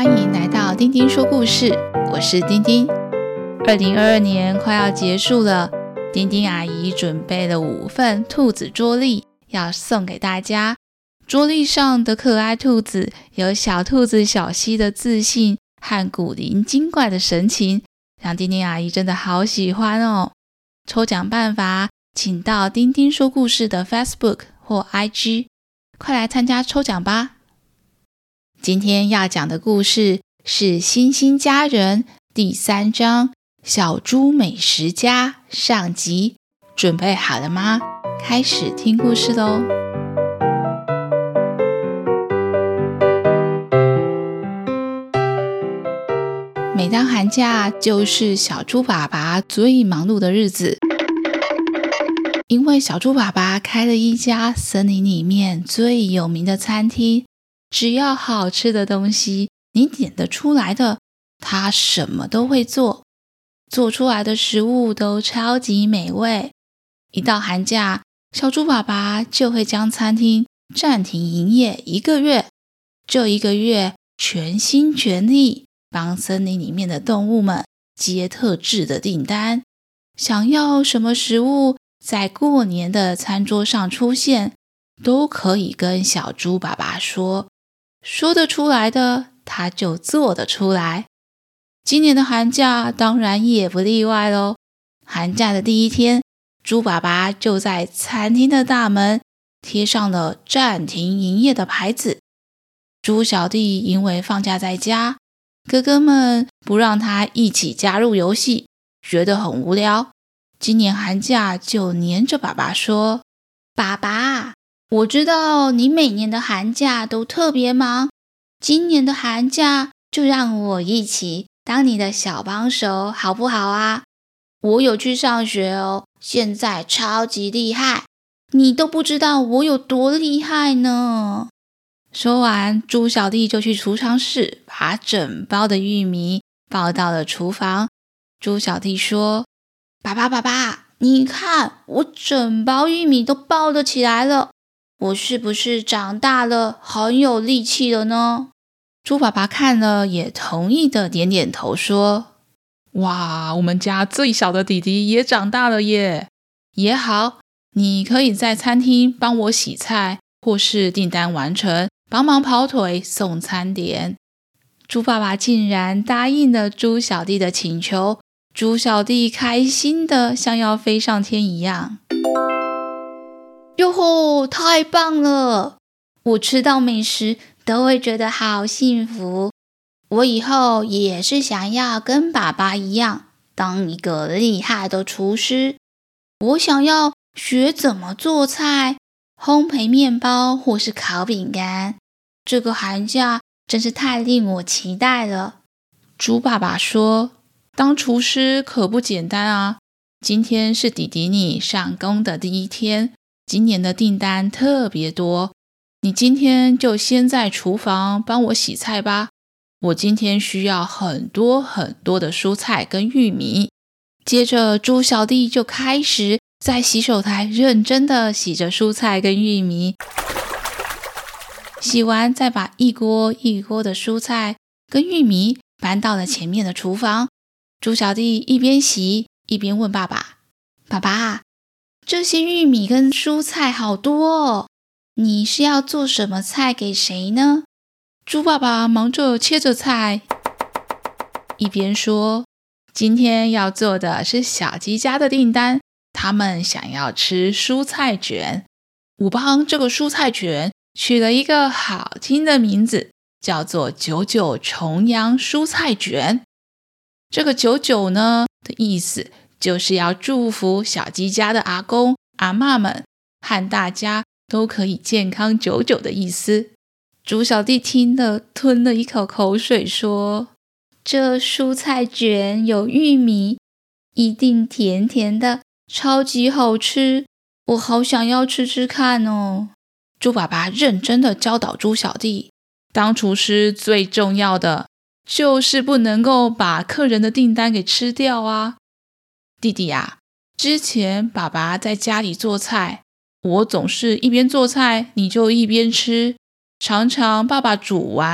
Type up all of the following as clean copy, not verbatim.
欢迎来到丁丁说故事，我是丁丁。2022年快要结束了，丁丁阿姨准备了5份兔子桌历要送给大家。桌历上的可爱兔子有小兔子小溪的自信和古灵精怪的神情，让丁丁阿姨真的好喜欢哦。抽奖办法请到丁丁说故事的 Facebook 或 IG， 快来参加抽奖吧。今天要讲的故事是星星家人第3章小猪美食家上集，准备好了吗？开始听故事咯。每当寒假就是小猪爸爸最忙碌的日子，因为小猪爸爸开了一家森林里面最有名的餐厅，只要好吃的东西你点得出来的，他什么都会做，做出来的食物都超级美味。一到寒假，小猪爸爸就会将餐厅暂停营业1个月，这1个月全心全力帮森林里面的动物们接特制的订单，想要什么食物在过年的餐桌上出现，都可以跟小猪爸爸说，说得出来的他就做得出来。今年的寒假当然也不例外咯。寒假的第1天，猪爸爸就在餐厅的大门贴上了暂停营业的牌子。猪小弟因为放假在家，哥哥们不让他一起加入游戏，觉得很无聊。今年寒假就黏着爸爸说，爸爸，我知道你每年的寒假都特别忙，今年的寒假就让我一起当你的小帮手好不好啊？我有去上学哦，现在超级厉害，你都不知道我有多厉害呢。说完，猪小弟就去储藏室把整包的玉米抱到了厨房。猪小弟说，爸爸，你看我整包玉米都抱得起来了，我是不是长大了很有力气了呢？猪爸爸看了也同意的点点头说，哇，我们家最小的弟弟也长大了耶。也好，你可以在餐厅帮我洗菜，或是订单完成帮忙跑腿送餐点。猪爸爸竟然答应了猪小弟的请求，猪小弟开心的像要飞上天一样。哟吼，太棒了！我吃到美食都会觉得好幸福。我以后也是想要跟爸爸一样，当一个厉害的厨师。我想要学怎么做菜，烘焙面包或是烤饼干。这个寒假真是太令我期待了。猪爸爸说，当厨师可不简单啊！今天是弟弟你上工的第1天，今年的订单特别多，你今天就先在厨房帮我洗菜吧。我今天需要很多的蔬菜跟玉米。接着猪小弟就开始在洗手台认真的洗着蔬菜跟玉米，洗完再把一锅的蔬菜跟玉米搬到了前面的厨房。猪小弟一边洗一边问爸爸，爸爸，这些玉米跟蔬菜好多哦，你是要做什么菜给谁呢？猪爸爸忙着切着菜，一边说，今天要做的是小鸡家的订单，他们想要吃蔬菜卷。我帮这个蔬菜卷取了一个好听的名字，叫做99重阳蔬菜卷。这个99呢的意思就是要祝福小鸡家的阿公阿嬷们和大家都可以健康久久的意思。猪小弟听了吞了一口口水说，这蔬菜卷有玉米，一定甜甜的，超级好吃，我好想要吃吃看哦。猪爸爸认真的教导猪小弟，当厨师最重要的就是不能够把客人的订单给吃掉啊。弟弟啊，之前爸爸在家里做菜，我总是一边做菜你就一边吃，常常爸爸煮完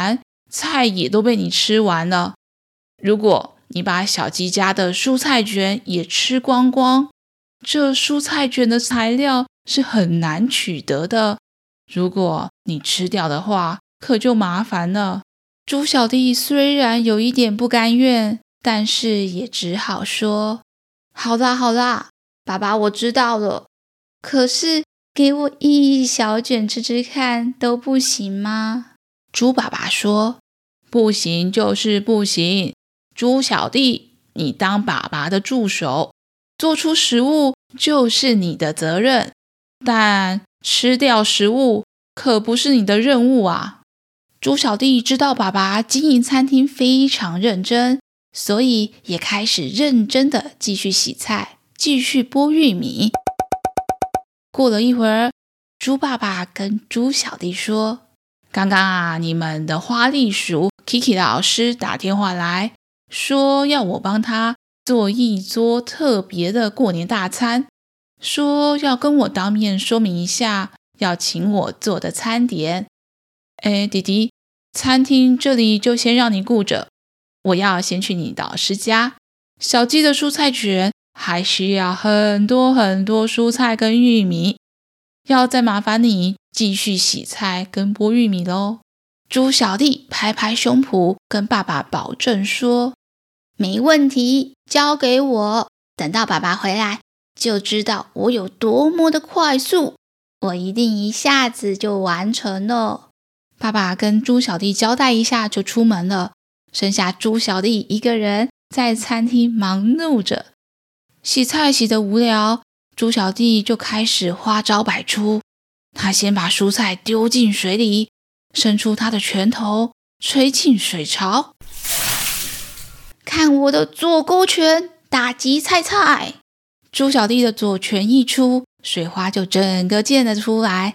菜也都被你吃完了。如果你把小鸡家的蔬菜卷也吃光光，这蔬菜卷的材料是很难取得的，如果你吃掉的话，可就麻烦了。猪小弟虽然有一点不甘愿，但是也只好说，好啦好啦，爸爸我知道了，可是给我一小卷吃吃看都不行吗？猪爸爸说，不行就是不行，猪小弟，你当爸爸的助手，做出食物就是你的责任，但吃掉食物可不是你的任务啊。猪小弟知道爸爸经营餐厅非常认真，所以也开始认真的继续洗菜，继续剥玉米。过了一会儿，猪爸爸跟猪小弟说，刚刚啊，你们的花栗鼠 Kiki 老师打电话来，说要我帮他做一桌特别的过年大餐，说要跟我当面说明一下要请我做的餐点。弟弟，餐厅这里就先让你顾着，我要先去你老师家。小鸡的蔬菜卷还需要很多很多蔬菜跟玉米，要再麻烦你继续洗菜跟剥玉米咯。猪小弟拍拍胸脯跟爸爸保证说，没问题，交给我，等到爸爸回来就知道我有多么的快速，我一定一下子就完成了。爸爸跟猪小弟交代一下就出门了，剩下猪小弟一个人在餐厅忙碌着。洗菜洗得无聊，猪小弟就开始花招百出。他先把蔬菜丢进水里，伸出他的拳头，吹进水槽。看我的左勾拳打击菜菜！猪小弟的左拳一出，水花就整个溅了出来。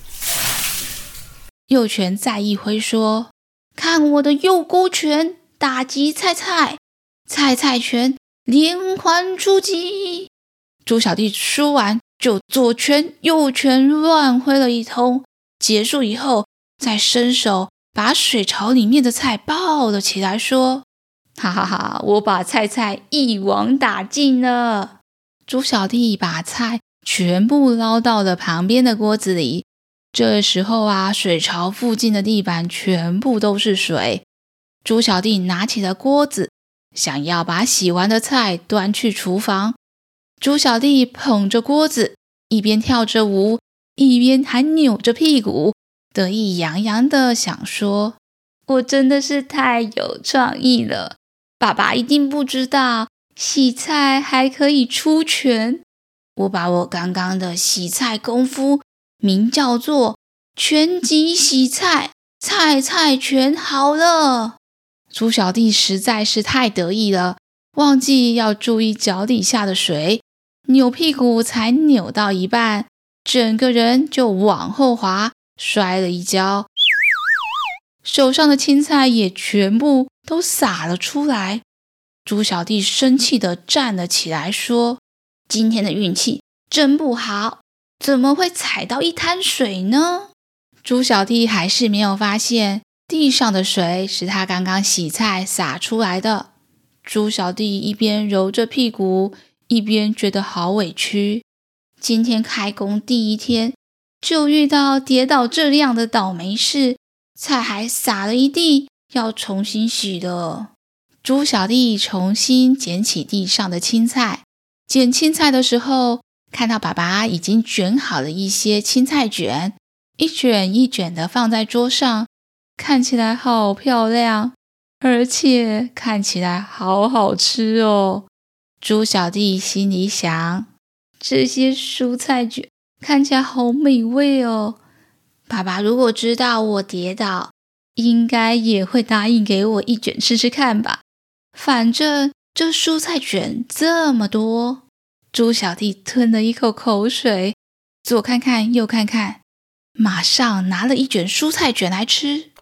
右拳再一挥说，看我的右勾拳打击菜菜！菜菜拳连环出击！猪小弟说完就左拳右拳乱挥了一通，结束以后再伸手把水槽里面的菜抱了起来说，哈哈哈，我把菜菜一网打尽了。猪小弟把菜全部捞到了旁边的锅子里，这时候啊，水槽附近的地板全部都是水。猪小弟拿起了锅子，想要把洗完的菜端去厨房。猪小弟捧着锅子，一边跳着舞，一边还扭着屁股，得意洋洋地想说，我真的是太有创意了，爸爸一定不知道洗菜还可以出拳。我把我刚刚的洗菜功夫名叫做拳击洗菜，菜菜拳好了。猪小弟实在是太得意了，忘记要注意脚底下的水，扭屁股才扭到一半，整个人就往后滑，摔了一跤，手上的青菜也全部都洒了出来。猪小弟生气地站了起来说，今天的运气真不好，怎么会踩到一滩水呢？猪小弟还是没有发现地上的水是他刚刚洗菜洒出来的。猪小弟一边揉着屁股，一边觉得好委屈。今天开工第一天，就遇到跌倒这样的倒霉事，菜还洒了一地，要重新洗的。猪小弟重新捡起地上的青菜，捡青菜的时候，看到爸爸已经卷好了一些青菜卷，一卷一卷的放在桌上，看起来好漂亮，而且看起来好好吃哦。猪小弟心里想，这些蔬菜卷看起来好美味哦，爸爸如果知道我跌倒，应该也会答应给我一卷吃吃看吧。反正这蔬菜卷这么多。猪小弟吞了一口口水，左看看右看看，马上拿了一卷蔬菜卷来吃。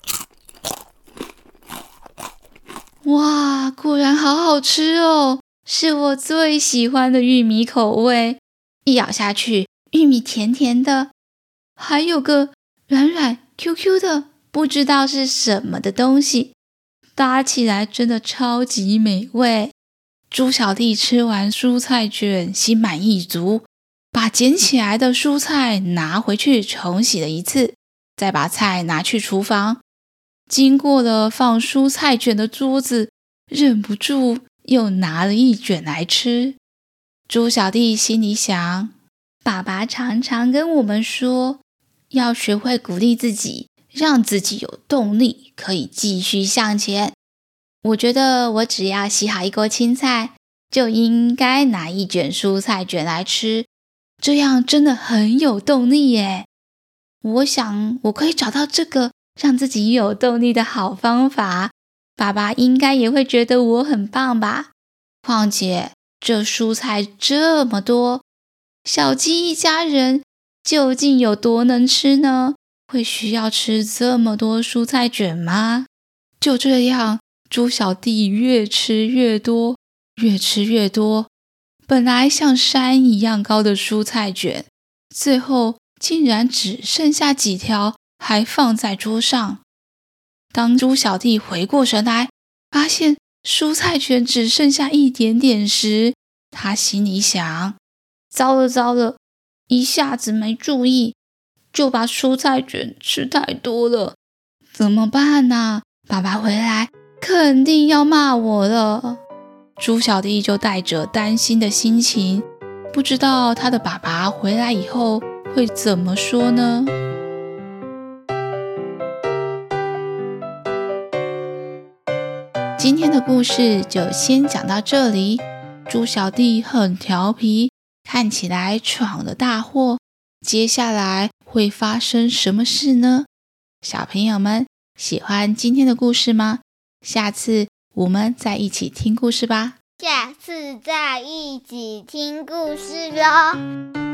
哇，果然好好吃哦，是我最喜欢的玉米口味。一咬下去，玉米甜甜的，还有个软软 Q Q 的不知道是什么的东西，搭起来真的超级美味。猪小弟吃完蔬菜卷，心满意足，把捡起来的蔬菜拿回去重洗了一次，再把菜拿去厨房。经过了放蔬菜卷的桌子，忍不住又拿了一卷来吃。猪小弟心里想，爸爸常常跟我们说，要学会鼓励自己，让自己有动力，可以继续向前。我觉得我只要洗好一锅青菜，就应该拿一卷蔬菜卷来吃，这样真的很有动力耶。我想我可以找到这个让自己有动力的好方法，爸爸应该也会觉得我很棒吧。况且这蔬菜这么多，小鸡一家人究竟有多能吃呢？会需要吃这么多蔬菜卷吗？就这样，猪小弟越吃越多，越吃越多。本来像山一样高的蔬菜卷，最后竟然只剩下几条还放在桌上。当猪小弟回过神来，发现蔬菜卷只剩下一点点时，他心里想，糟了糟了，一下子没注意，就把蔬菜卷吃太多了，怎么办啊？爸爸回来肯定要骂我了。猪小弟就带着担心的心情，不知道他的爸爸回来以后会怎么说呢？今天的故事就先讲到这里。猪小弟很调皮，看起来闯了大祸，接下来会发生什么事呢？小朋友们喜欢今天的故事吗？下次我们再一起听故事吧。 下次再一起听故事咯。